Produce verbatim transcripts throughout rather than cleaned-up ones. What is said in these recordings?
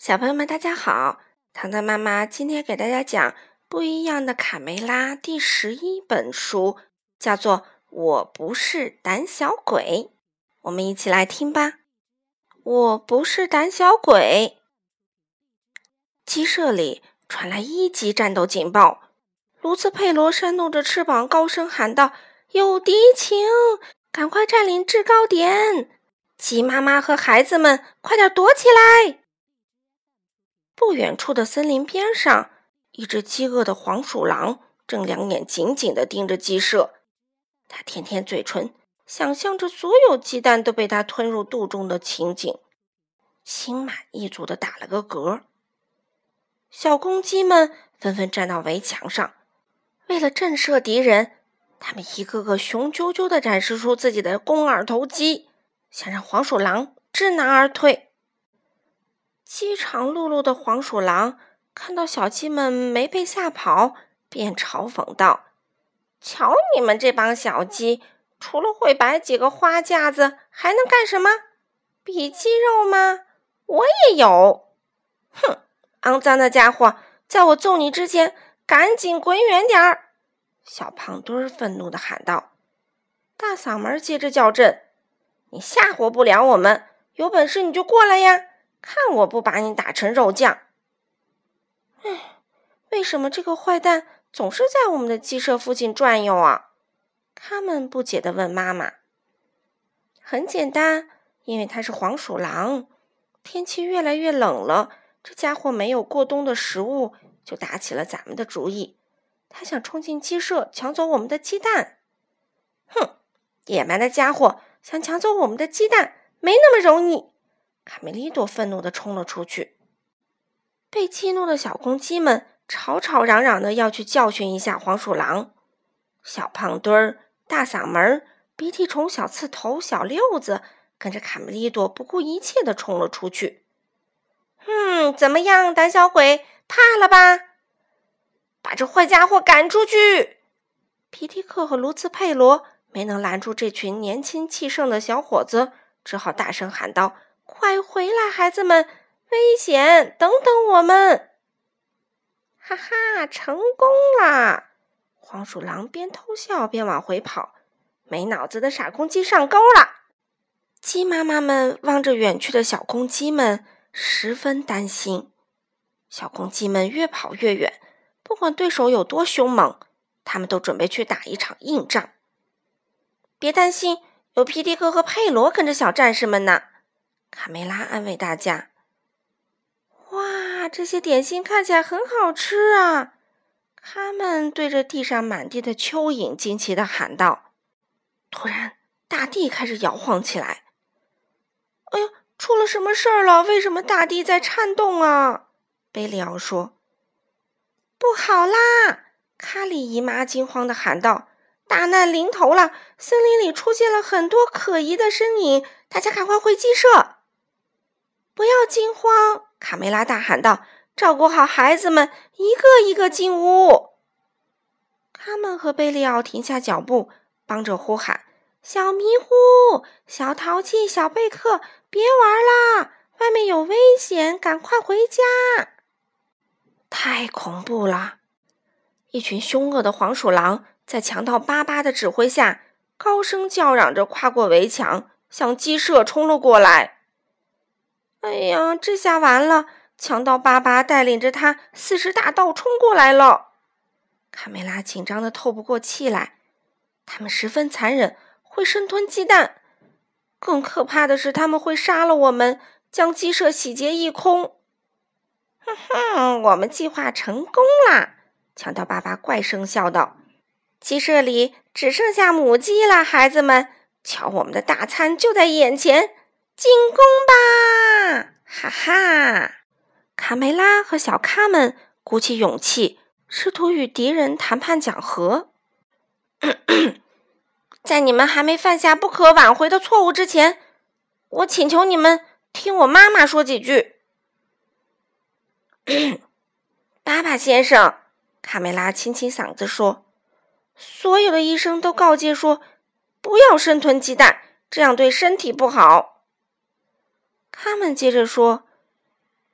小朋友们大家好，糖糖妈妈今天给大家讲《不一样的卡梅拉》第十一本书，叫做《我不是胆小鬼》。我们一起来听吧。我不是胆小鬼。鸡舍里传来一级战斗警报，卢茨佩罗扇动着翅膀高声喊道：有敌情，赶快占领制高点！鸡妈妈和孩子们快点躲起来！不远处的森林边上，一只饥饿的黄鼠狼正两眼紧紧地盯着鸡舍。它舔舔嘴唇，想象着所有鸡蛋都被它吞入肚中的情景，心满意足地打了个嗝。小公鸡们纷纷站到围墙上，为了震慑敌人，他们一个个雄赳赳地展示出自己的肱二头肌，想让黄鼠狼知难而退。饥肠辘辘的黄鼠狼看到小鸡们没被吓跑，便嘲讽道：瞧你们这帮小鸡，除了会摆几个花架子还能干什么？比鸡肉吗？我也有。哼，肮脏的家伙，在我揍你之前赶紧滚远点儿！小胖墩儿愤怒地喊道。大嗓门接着叫阵：你吓唬不了我们，有本事你就过来呀，看我不把你打成肉酱！唉，为什么这个坏蛋总是在我们的鸡舍附近转悠啊？他们不解地问妈妈。很简单，因为他是黄鼠狼。天气越来越冷了，这家伙没有过冬的食物，就打起了咱们的主意。他想冲进鸡舍抢走我们的鸡蛋。哼，野蛮的家伙，想抢走我们的鸡蛋没那么容易！卡梅利多愤怒地冲了出去。被激怒的小公鸡们吵吵嚷嚷地要去教训一下黄鼠狼。小胖墩儿、大嗓门、鼻涕虫、小刺头、小六子跟着卡梅利多不顾一切地冲了出去。嗯，怎么样，胆小鬼，怕了吧？把这坏家伙赶出去！皮蒂克和卢茨佩罗没能拦住这群年轻气盛的小伙子，只好大声喊道：快回来，孩子们！危险！等等我们！哈哈，成功啦！黄鼠狼边偷笑边往回跑。没脑子的傻公鸡上钩了！鸡妈妈们望着远去的小公鸡们，十分担心。小公鸡们越跑越远，不管对手有多凶猛，他们都准备去打一场硬仗。别担心，有皮迪克和佩罗跟着小战士们呢。卡梅拉安慰大家。哇，这些点心看起来很好吃啊！他们对着地上满地的蚯蚓惊奇地喊道。突然，大地开始摇晃起来。哎呦，出了什么事儿了？为什么大地在颤动啊？贝利奥说。不好啦！卡里姨妈惊慌地喊道。大难临头了！森林里出现了很多可疑的身影，大家赶快回鸡舍！不要惊慌！卡梅拉大喊道，照顾好孩子们，一个一个进屋。他们和贝利奥停下脚步，帮着呼喊：小迷糊，小淘气，小贝克，别玩啦，外面有危险，赶快回家！太恐怖了！一群凶恶的黄鼠狼在强盗巴巴的指挥下，高声叫嚷着跨过围墙，向鸡舍冲了过来。哎呀，这下完了！强盗巴巴带领着他四十大盗冲过来了。卡梅拉紧张得透不过气来。他们十分残忍，会生吞鸡蛋。更可怕的是，他们会杀了我们，将鸡舍洗劫一空。哼哼，我们计划成功啦！强盗巴巴怪声笑道。鸡舍里只剩下母鸡了，孩子们，瞧我们的大餐就在眼前，进攻吧！哈哈！卡梅拉和小咖们鼓起勇气，试图与敌人谈判讲和。在你们还没犯下不可挽回的错误之前，我请求你们听我妈妈说几句。巴巴先生，卡梅拉清清嗓子说，所有的医生都告诫说，不要生吞鸡蛋，这样对身体不好。他们接着说，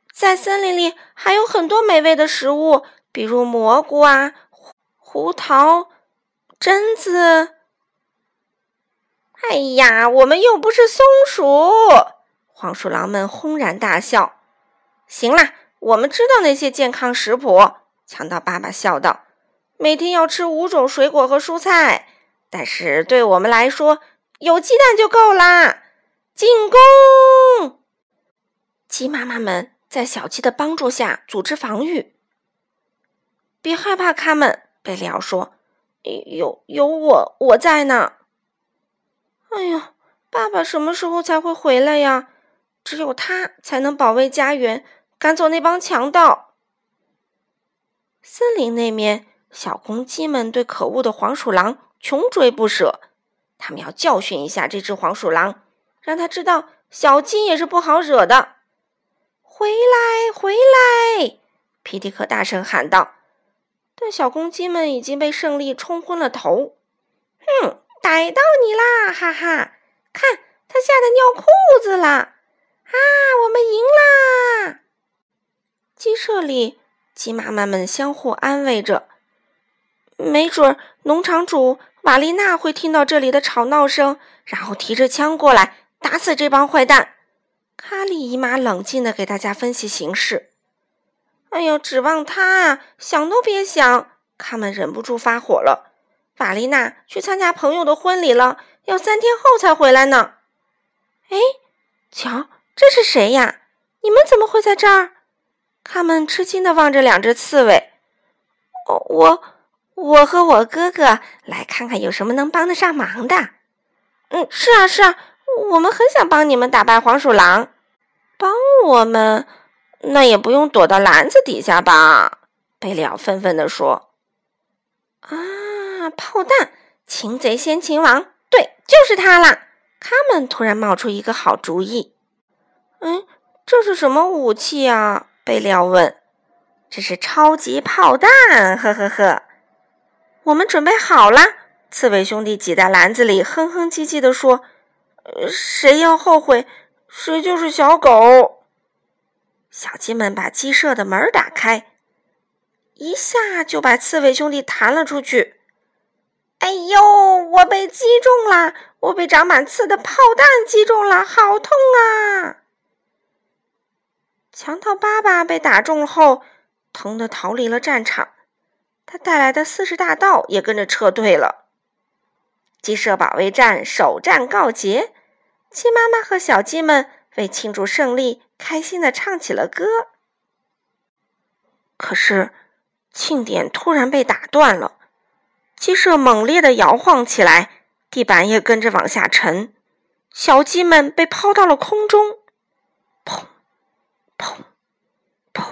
在森林里还有很多美味的食物，比如蘑菇啊、胡桃、榛子。哎呀，我们又不是松鼠！黄鼠狼们轰然大笑。行啦，我们知道那些健康食谱，强盗爸爸笑道。每天要吃五种水果和蔬菜，但是对我们来说，有鸡蛋就够啦！进攻！鸡妈妈们在小鸡的帮助下组织防御。别害怕，他们，贝利奥说，有有我我在呢。哎呀，爸爸什么时候才会回来呀？只有他才能保卫家园，赶走那帮强盗。森林那面，小公鸡们对可恶的黄鼠狼穷追不舍，他们要教训一下这只黄鼠狼，让他知道小鸡也是不好惹的。回来，回来！皮迪克大声喊道。但小公鸡们已经被胜利冲昏了头。哼，逮到你啦！哈哈，看，他吓得尿裤子了！啊，我们赢啦！鸡舍里，鸡妈妈们相互安慰着。没准农场主瓦丽娜会听到这里的吵闹声，然后提着枪过来打死这帮坏蛋。卡莉姨妈冷静地给大家分析形势。哎呦，指望他啊，想都别想！他们忍不住发火了。瓦丽娜去参加朋友的婚礼了，要三天后才回来呢。哎，瞧，这是谁呀？你们怎么会在这儿？他们吃惊地望着两只刺猬。哦，我我和我哥哥来看看有什么能帮得上忙的。嗯，是啊是啊，我们很想帮你们打败黄鼠狼。帮我们？那也不用躲到篮子底下吧？贝利奥愤愤地说。啊，炮弹！擒贼先擒王，对，就是他啦！他们突然冒出一个好主意。嗯，这是什么武器啊？贝利奥问。这是超级炮弹，呵呵呵。我们准备好了，刺猬兄弟挤在篮子里，哼哼唧唧地说：“呃、谁要后悔，谁就是小狗。”小鸡们把鸡舍的门打开，一下就把刺猬兄弟弹了出去。哎呦，我被击中了！我被长满刺的炮弹击中了，好痛啊！强盗爸爸被打中后，疼得逃离了战场，他带来的四十大盗也跟着撤退了。鸡舍保卫战首战告捷，鸡妈妈和小鸡们为庆祝胜利，开心地唱起了歌。可是，庆典突然被打断了，鸡舍猛烈地摇晃起来，地板也跟着往下沉，小鸡们被抛到了空中。砰！砰！砰！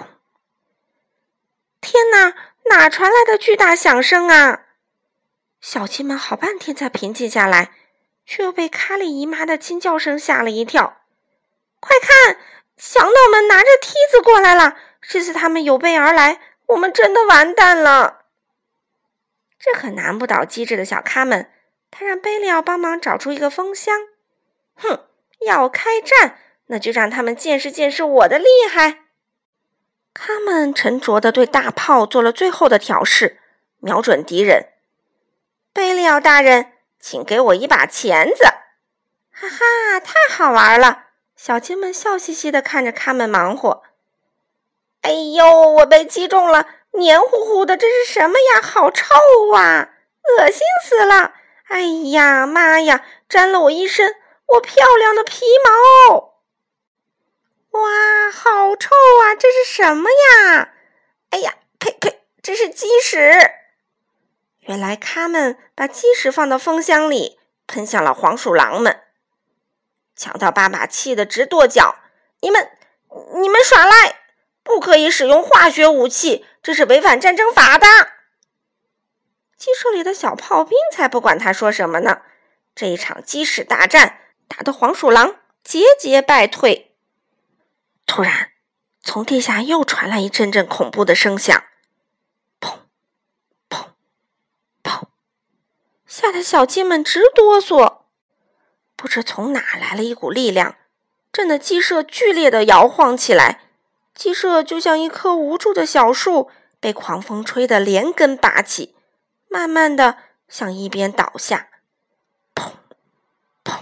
天哪，哪传来的巨大响声啊？小鸡们好半天才平静下来，却又被卡莉姨妈的惊叫声吓了一跳。快看，强盗们拿着梯子过来了，这次他们有备而来，我们真的完蛋了。这可难不倒机智的小咖们，他让贝利奥帮忙找出一个风箱。哼，要开战，那就让他们见识见识我的厉害。他们沉着地对大炮做了最后的调试，瞄准敌人。贝利奥大人，请给我一把钳子。哈哈，太好玩了！小鸡们笑嘻嘻地看着他们忙活。哎呦，我被击中了，黏糊糊的，这是什么呀？好臭啊，恶心死了！哎呀，妈呀，沾了我一身我漂亮的皮毛！哇，好臭啊，这是什么呀？哎呀，呸呸，这是鸡屎！原来他们把鸡屎放到风箱里，喷向了黄鼠狼们。强盗爸爸气得直跺脚，你们你们耍赖，不可以使用化学武器，这是违反战争法的。鸡舍里的小炮兵才不管他说什么呢。这一场鸡屎大战打得黄鼠狼节节败退。突然，从地下又传来一阵阵恐怖的声响，砰砰砰，吓得小鸡们直哆嗦。不知从哪来了一股力量，震得鸡舍剧烈地摇晃起来， 鸡舍就像一棵无助的小树，被狂风吹得连根拔起，慢慢的向一边倒下。砰砰！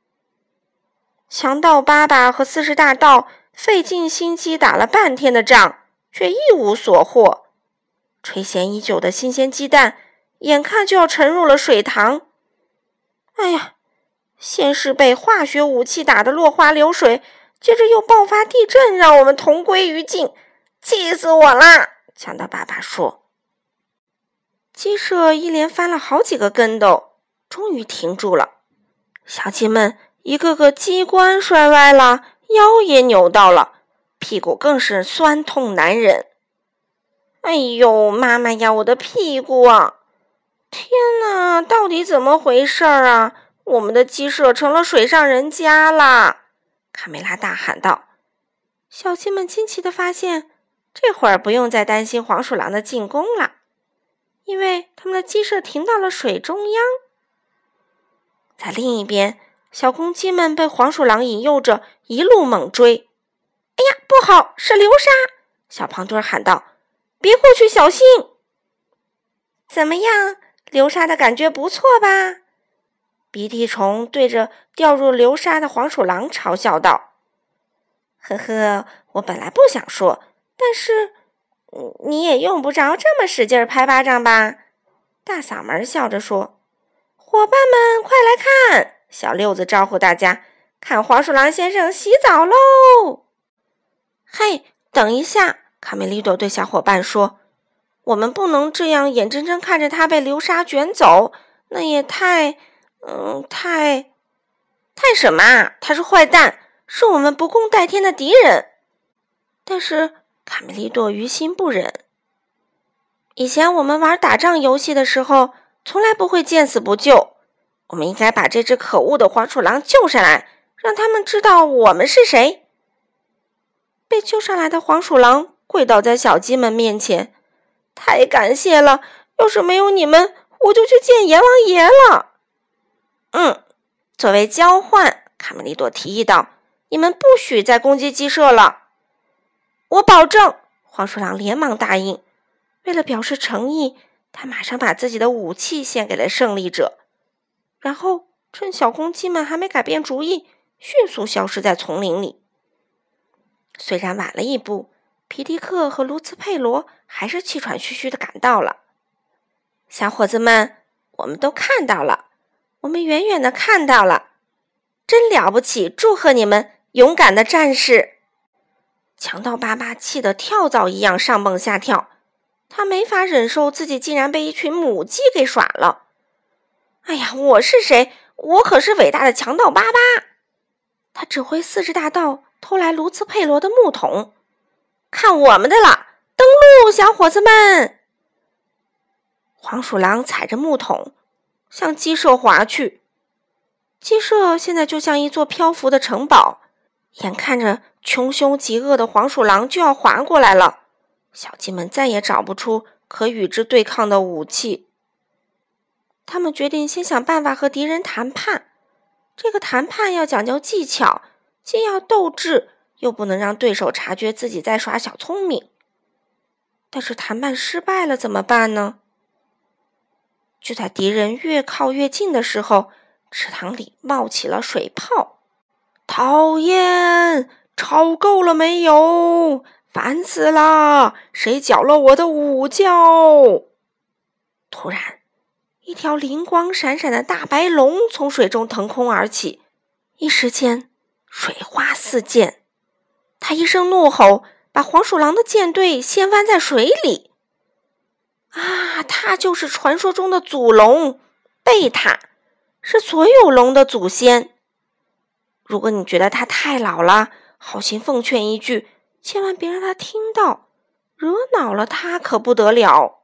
强盗爸爸和四十大盗费尽心机打了半天的仗，却一无所获。垂涎已久的新鲜鸡蛋眼看就要沉入了水塘。哎呀，先是被化学武器打得落花流水，接着又爆发地震，让我们同归于尽，气死我啦！强盗爸爸说。鸡舍一连翻了好几个跟斗，终于停住了。小鸡们一个个鸡冠摔歪了，腰也扭到了，屁股更是酸痛难忍。哎呦，妈妈呀，我的屁股啊！天哪，到底怎么回事啊？我们的鸡舍成了水上人家啦！卡梅拉大喊道。小鸡们惊奇地发现，这会儿不用再担心黄鼠狼的进攻了，因为他们的鸡舍停到了水中央。在另一边，小公鸡们被黄鼠狼引诱着一路猛追。哎呀，不好，是流沙！小胖墩喊道，别过去，小心！怎么样，流沙的感觉不错吧？鼻涕虫对着掉入流沙的黄鼠狼嘲笑道。呵呵，我本来不想说，但是你也用不着这么使劲拍巴掌吧？大嗓门笑着说。伙伴们，快来看！小六子招呼大家，看黄鼠狼先生洗澡喽！嘿，等一下，卡梅利多对小伙伴说，我们不能这样眼睁睁看着他被流沙卷走，那也太……嗯，太……太什么啊？他是坏蛋，是我们不共戴天的敌人。但是卡梅利多于心不忍。以前我们玩打仗游戏的时候，从来不会见死不救。我们应该把这只可恶的黄鼠狼救上来，让他们知道我们是谁。被救上来的黄鼠狼跪倒在小鸡们面前，太感谢了！要是没有你们，我就去见阎王爷了。嗯，作为交换，卡梅利多提议道，你们不许再攻击鸡舍了。我保证！黄鼠狼连忙答应。为了表示诚意，他马上把自己的武器献给了胜利者，然后趁小公鸡们还没改变主意，迅速消失在丛林里。虽然晚了一步，皮迪克和卢茨佩罗还是气喘吁吁地赶到了。小伙子们，我们都看到了，我们远远地看到了，真了不起，祝贺你们，勇敢的战士！强盗爸爸气得跳蚤一样上蹦下跳，他没法忍受自己竟然被一群母鸡给耍了。哎呀，我是谁？我可是伟大的强盗巴巴！他指挥四只大盗偷来卢茨佩罗的木桶。看我们的了，登陆，小伙子们！黄鼠狼踩着木桶向鸡舍滑去。鸡舍现在就像一座漂浮的城堡，眼看着穷凶极恶的黄鼠狼就要滑过来了，小鸡们再也找不出可与之对抗的武器。他们决定先想办法和敌人谈判。这个谈判要讲究技巧，既要斗智，又不能让对手察觉自己在耍小聪明。但是谈判失败了怎么办呢？就在敌人越靠越近的时候，池塘里冒起了水泡。讨厌，吵够了没有？烦死了！谁搅了我的午觉？突然，一条灵光闪闪的大白龙从水中腾空而起，一时间水花四溅。他一声怒吼，把黄鼠狼的舰队掀翻在水里。啊，他就是传说中的祖龙贝塔，是所有龙的祖先。如果你觉得他太老了，好心奉劝一句，千万别让他听到，惹恼了他可不得了。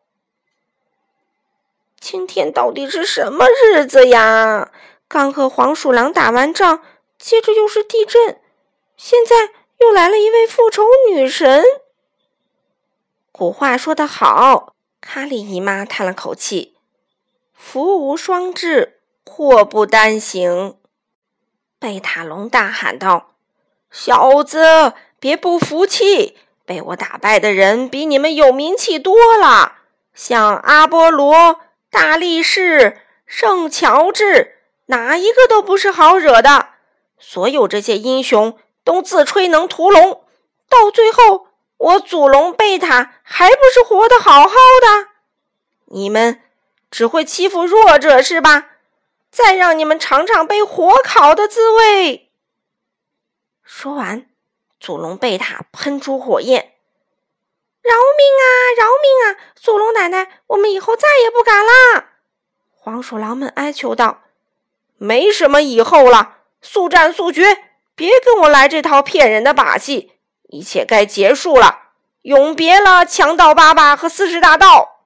今天到底是什么日子呀？刚和黄鼠狼打完仗，接着又是地震，现在又来了一位复仇女神。古话说得好，卡里姨妈叹了口气，福无双至，祸不单行。贝塔龙大喊道，小子，别不服气， 被我打败的人比你们有名气多了，像阿波罗、大力士、圣乔治，哪一个都不是好惹的。所有这些英雄都自吹能屠龙，到最后我祖龙贝塔还不是活得好好的？你们只会欺负弱者是吧？再让你们尝尝被火烤的滋味。说完，祖龙贝塔喷出火焰。饶命啊，饶命啊，祖龙奶奶，我们以后再也不敢啦！黄鼠狼们哀求道。没什么以后了，速战速决，别跟我来这套骗人的把戏，一切该结束了，永别了强盗爸爸和四十大盗。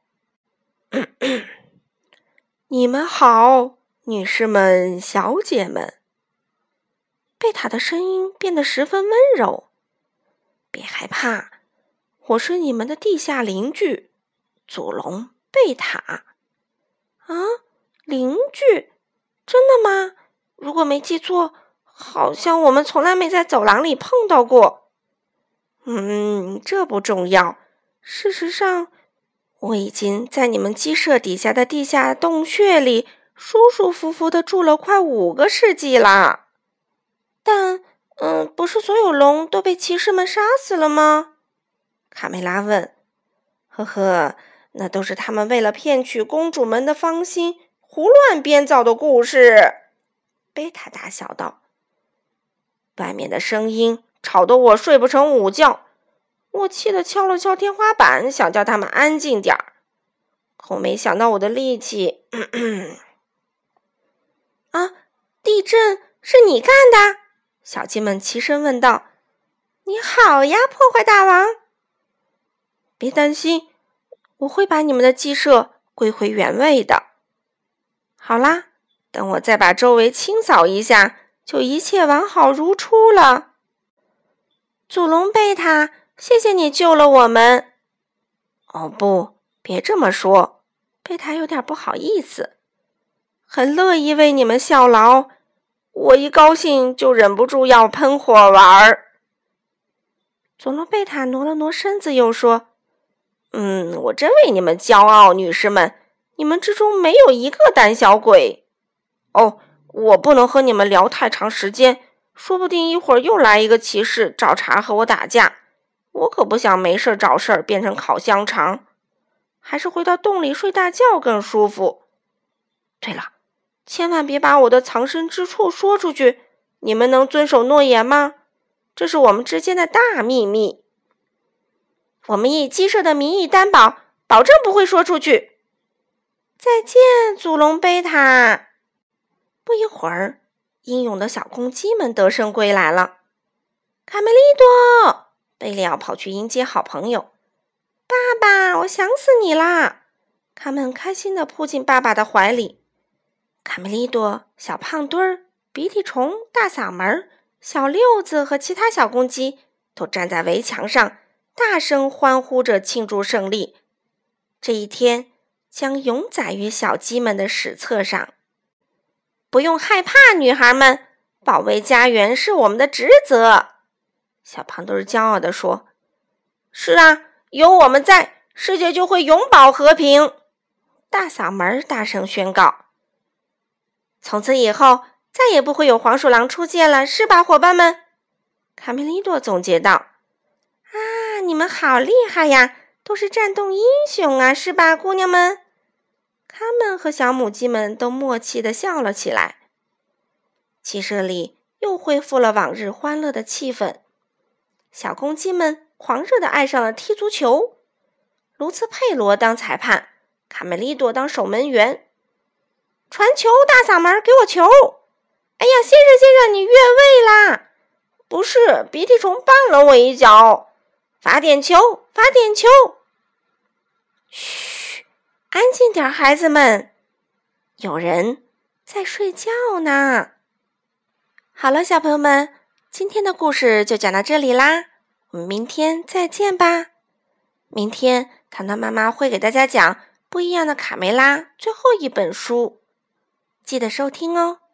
你们好，女士们、小姐们。贝塔的声音变得十分温柔。别害怕，我是你们的地下邻居，祖龙贝塔。啊，邻居？真的吗？如果没记错，好像我们从来没在走廊里碰到过。嗯，这不重要。事实上，我已经在你们鸡舍底下的地下洞穴里舒舒服服地住了快五个世纪啦。但，嗯，不是所有龙都被骑士们杀死了吗？卡梅拉问。呵呵，那都是他们为了骗取公主们的芳心胡乱编造的故事。贝塔大笑道。外面的声音吵得我睡不成午觉，我气得敲了敲天花板，想叫他们安静点儿。可没想到我的力气……咳咳啊，地震是你干的？小鸡们齐声问道。你好呀，破坏大王！别担心，我会把你们的鸡舍归回原位的。好啦，等我再把周围清扫一下，就一切完好如初了。祖龙贝塔，谢谢你救了我们。哦不，别这么说，贝塔有点不好意思。很乐意为你们效劳，我一高兴就忍不住要喷火玩儿。祖龙贝塔挪了挪身子，又说：嗯，我真为你们骄傲，女士们，你们之中没有一个胆小鬼。哦，我不能和你们聊太长时间，说不定一会儿又来一个骑士找茬和我打架，我可不想没事找事儿变成烤香肠，还是回到洞里睡大觉更舒服。对了，千万别把我的藏身之处说出去，你们能遵守诺言吗？这是我们之间的大秘密。我们以鸡舍的名义担保，保证不会说出去。再见，祖龙贝塔。不一会儿，英勇的小公鸡们得胜归来了。卡梅利多，贝利奥跑去迎接好朋友。爸爸，我想死你啦！他们开心地扑进爸爸的怀里。卡梅利多、小胖墩儿、鼻涕虫、大嗓门、小六子和其他小公鸡都站在围墙上，大声欢呼着庆祝胜利。这一天将永载于小鸡们的史册上。不用害怕，女孩们，保卫家园是我们的职责。小胖墩儿骄傲地说。是啊，有我们在，世界就会永保和平。大嗓门大声宣告。从此以后，再也不会有黄鼠狼出现了，是吧，伙伴们？卡梅利多总结道。啊，你们好厉害呀，都是战斗英雄啊，是吧，姑娘们？他们和小母鸡们都默契地笑了起来。鸡舍里又恢复了往日欢乐的气氛。小公鸡们狂热地爱上了踢足球。卢茨佩罗当裁判，卡梅利多当守门员。传球，大嗓门，给我球！哎呀，先生先生，你越位啦！不是，鼻涕虫绊了我一脚。罚点球，罚点球！嘘，安静点，孩子们，有人在睡觉呢。好了，小朋友们，今天的故事就讲到这里啦，我们明天再见吧。明天糖糖妈妈会给大家讲《不一样的卡梅拉》最后一本书，记得收听哦。